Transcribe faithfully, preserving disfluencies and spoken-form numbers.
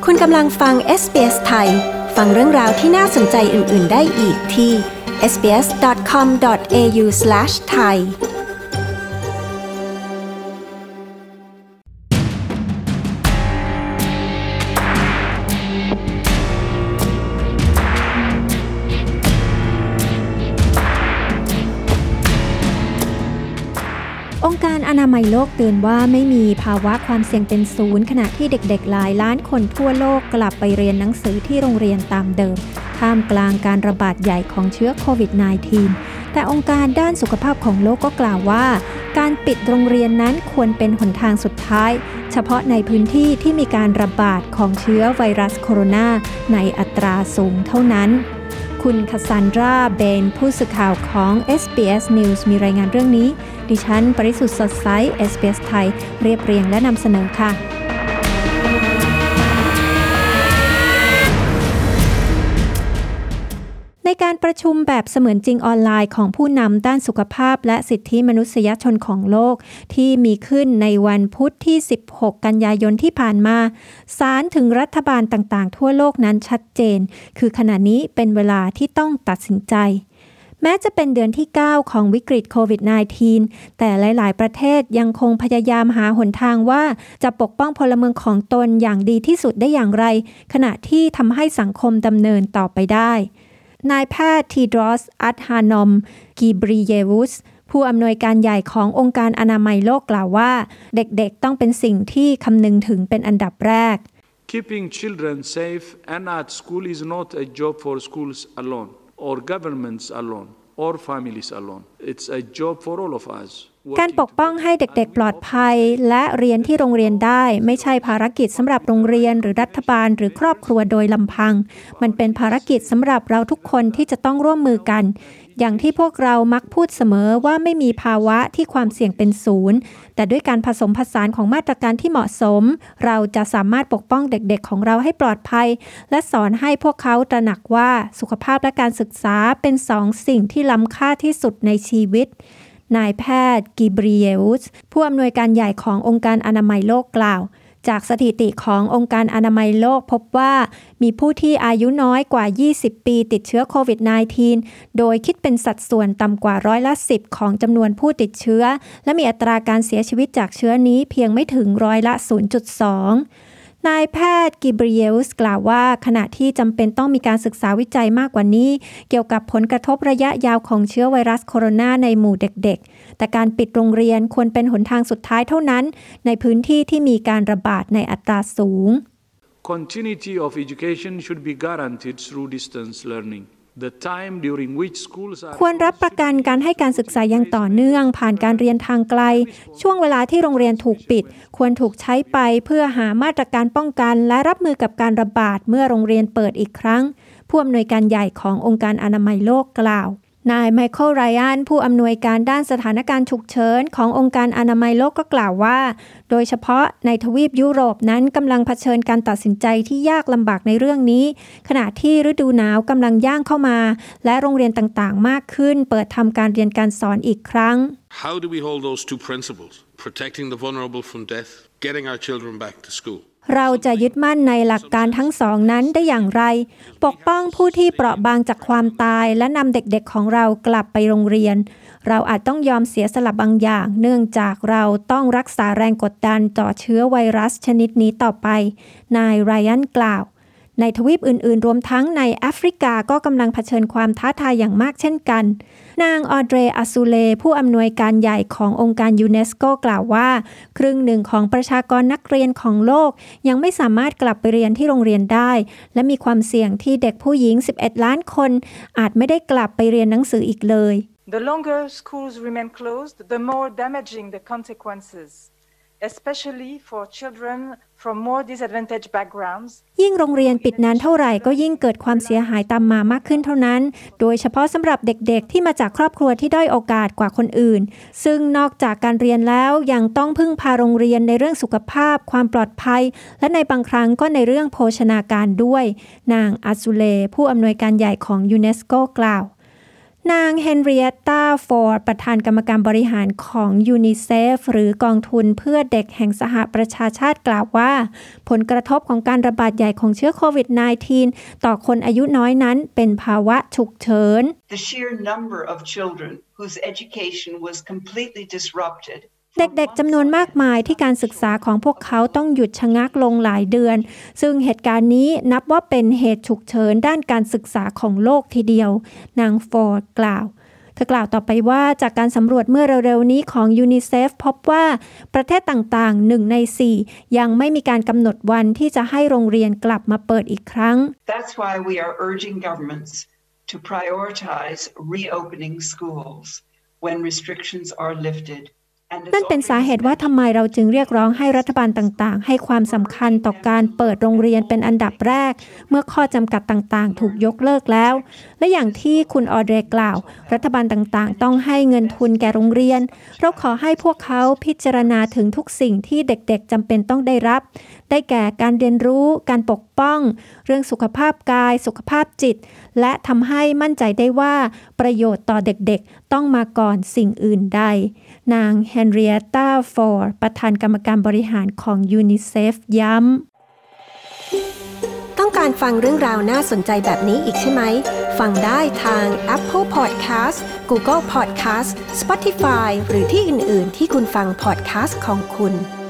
คุณกำลังฟัง เอส บี เอส ไทยฟังเรื่องราวที่น่าสนใจอื่นๆได้อีกที่ เอส บี เอส ดอท คอม ดอท เอ ยู สแลช ไทยองค์การอนามัยโลกเตือนว่าไม่มีภาวะความเสี่ยงเป็นศูนย์ขณะที่เด็กๆหลายล้านคนทั่วโลกกลับไปเรียนหนังสือที่โรงเรียนตามเดิมท่ามกลางการระบาดใหญ่ของเชื้อโควิด สิบเก้า แต่องค์การด้านสุขภาพของโลกก็กล่าวว่าการปิดโรงเรียนนั้นควรเป็นหนทางสุดท้ายเฉพาะในพื้นที่ที่มีการระบาดของเชื้อไวรัสโคโรนาในอัตราสูงเท่านั้นคุณคาซันดราเบนผู้สื่อข่าวของ เอส บี เอส News มีรายงานเรื่องนี้ดิฉันปริสุทธิ์สดใส เอส บี เอส ไทยเรียบเรียงและนำเสนอค่ะในการประชุมแบบเสมือนจริงออนไลน์ของผู้นำด้านสุขภาพและสิทธิมนุษยชนของโลกที่มีขึ้นในวันพุธที่สิบหกกันยายนที่ผ่านมาสารถึงรัฐบาลต่างๆทั่วโลกนั้นชัดเจนคือขณะนี้เป็นเวลาที่ต้องตัดสินใจแม้จะเป็นเดือนที่เก้าของวิกฤตโควิด สิบเก้า แต่หลายๆประเทศยังคงพยายามหาหนทางว่าจะปกป้องพลเมืองของตนอย่างดีที่สุดได้อย่างไรขณะที่ทำให้สังคมดำเนินต่อไปได้นายแพทย์ทีดรอส อัดฮานอม กีบริเยวุสผู้อำนวยการใหญ่ขององค์การอนามัยโลกกล่าวว่าเด็กๆต้องเป็นสิ่งที่คำนึงถึงเป็นอันดับแรก Keeping children safe and at school is not a job for schools alone or governments alone or families alone. It's a job for all of us. การปกป้องให้เด็กๆปลอดภัยและเรียนที่โรงเรียนได้ไม่ใช่ภารกิจสำหรับโรงเรียนหรือรัฐบาลหรือครอบครัวโดยลำพังมันเป็นภารกิจสำหรับเราทุกคนที่จะต้องร่วมมือกันอย่างที่พวกเรามักพูดเสมอว่าไม่มีภาวะที่ความเสี่ยงเป็นศูนย์แต่ด้วยการผสมผสานของมาตรการที่เหมาะสมเราจะสามารถปกป้องเด็กๆของเราให้ปลอดภัยและสอนให้พวกเขาตระหนักว่าสุขภาพและการศึกษาเป็นสองสิ่งที่ล้ำค่าที่สุดในชีวิตนายแพทย์กิบริเยอุสผู้อำนวยการใหญ่ขององค์การอนามัยโลกกล่าวจากสถิติขององค์การอนามัยโลกพบว่ามีผู้ที่อายุน้อยกว่ายี่สิบปีติดเชื้อโควิด สิบเก้า โดยคิดเป็นสัดส่วนต่ำกว่าร้อยละสิบของจำนวนผู้ติดเชื้อและมีอัตราการเสียชีวิตจากเชื้อนี้เพียงไม่ถึงร้อยละ ศูนย์จุดสองนายแพทย์กิบริเยอุสกล่าวว่าขณะที่จำเป็นต้องมีการศึกษาวิจัยมากกว่านี้เกี่ยวกับผลกระทบระยะยาวของเชื้อไวรัสโคโรนาในหมู่เด็กๆแต่การปิดโรงเรียนควรเป็นหนทางสุดท้ายเท่านั้นในพื้นที่ที่มีการระบาดในอัตราสูง Continuity of education should be guaranteed through distance learning. ควรรับประกันการให้การศึกษาอย่างต่อเนื่องผ่านการเรียนทางไกลช่วงเวลาที่โรงเรียนถูกปิดควรถูกใช้ไปเพื่อหามาตรการป้องกันและรับมือกับการระบาดเมื่อโรงเรียนเปิดอีกครั้งผู้อำนวยการใหญ่ขององค์การอนามัยโลกกล่าวนายไมเคิลไรอันผู้อำนวยการด้านสถานการณ์ฉุกเฉินขององค์การอนามัยโลกก็กล่าวว่าโดยเฉพาะในทวีปยุโรปนั้นกำลังเผชิญการตัดสินใจที่ยากลำบากในเรื่องนี้ขณะที่ฤดูหนาวกำลังย่างเข้ามาและโรงเรียนต่างๆมากขึ้นเปิดทำการเรียนการสอนอีกครั้ง How do we hold those two principles protecting the vulnerable from death getting our children back to school เราจะยึดมั่นในหลักการทั้งสองนั้นได้อย่างไรปกป้องผู้ที่เปราะบางจากความตายและนำเด็กๆของเรากลับไปโรงเรียนเราอาจต้องยอมเสียสละบางอย่างเนื่องจากเราต้องรักษาแรงกดดันต่อเชื้อไวรัสชนิดนี้ต่อไปนายไรอันกล่าวในทวีปอื่นๆรวมทั้งในแอฟริกาก็กำลังเผชิญความท้าทายอย่างมากเช่นกันนางออเดรอาซูเลผู้อำนวยการใหญ่ขององค์การยูเนสโกกล่าวว่าครึ่งหนึ่งของประชากรนักเรียนของโลกยังไม่สามารถกลับไปเรียนที่โรงเรียนได้และมีความเสี่ยงที่เด็กผู้หญิงสิบเอ็ดล้านคนอาจไม่ได้กลับไปเรียนหนังสืออีกเลย The longer schools remain closed, the more damaging the consequences.especially for children from more disadvantaged backgrounds ยิ่งโรงเรียนปิดนานเท่าไหร่ก็ยิ่งเกิดความเสียหายตามมามากขึ้นเท่านั้นโดยเฉพาะสำหรับเด็กๆที่มาจากครอบครัวที่ด้อยโอกาสกว่าคนอื่นซึ่งนอกจากการเรียนแล้วยังต้องพึ่งพาโรงเรียนในเรื่องสุขภาพความปลอดภัยและในบางครั้งก็ในเรื่องโภชนาการด้วยนางอาซูเลผู้อำนวยการใหญ่ของยูเนสโกกล่าวนนางเฮนเรียตตาฟอร์ดประธานกรรมการบริหารของยูนิเซฟหรือกองทุนเพื่อเด็กแห่งสหประชาชาติกล่าวว่าผลกระทบของการระบาดใหญ่ของเชื้อโควิด สิบเก้า ต่อคนอายุน้อยนั้นเป็นภาวะฉุกเฉิน The sheer number of children whose education was completely disrupted เด็กๆจำนวนมากมายที่การศึกษาของพวกเขาต้องหยุดชะงักลงหลายเดือนซึ่งเหตุการณ์นี้นับว่าเป็นเหตุฉุกเฉินด้านการศึกษาของโลกทีเดียวนางฟอร์ดกล่าวเธอกล่าวต่อไปว่าจากการสำรวจเมื่อเร็วๆนี้ของยูนิเซฟพบว่าประเทศต่างๆหนึ่งในสี่ยังไม่มีการกำหนดวันที่จะให้โรงเรียนกลับมาเปิดอีกครั้ง That's why we are urging governments to prioritize reopening schools when restrictions are liftedนั่นเป็นสาเหตุว่าทำไมเราจึงเรียกร้องให้รัฐบาลต่างๆให้ความสำคัญต่อการเปิดโรงเรียนเป็นอันดับแรกเมื่อข้อจำกัดต่างๆถูกยกเลิกแล้วและอย่างที่คุณออเดรกล่าวรัฐบาลต่างๆต้องให้เงินทุนแก่โรงเรียนเราขอให้พวกเขาพิจารณาถึงทุกสิ่งที่เด็กๆจำเป็นต้องได้รับได้แก่การเรียนรู้การปกป้องเรื่องสุขภาพกายสุขภาพจิตและทำให้มั่นใจได้ว่าประโยชน์ต่อเด็กๆต้องมาก่อนสิ่งอื่นใดนางเฮนเรียตตาฟอร์ดประธานกรรมการบริหารของยูนิเซฟย้ำต้องการฟังเรื่องราวน่าสนใจแบบนี้อีกใช่ไหมฟังได้ทาง Apple Podcast Google Podcast Spotify หรือที่อื่นๆที่คุณฟัง podcast ของคุณ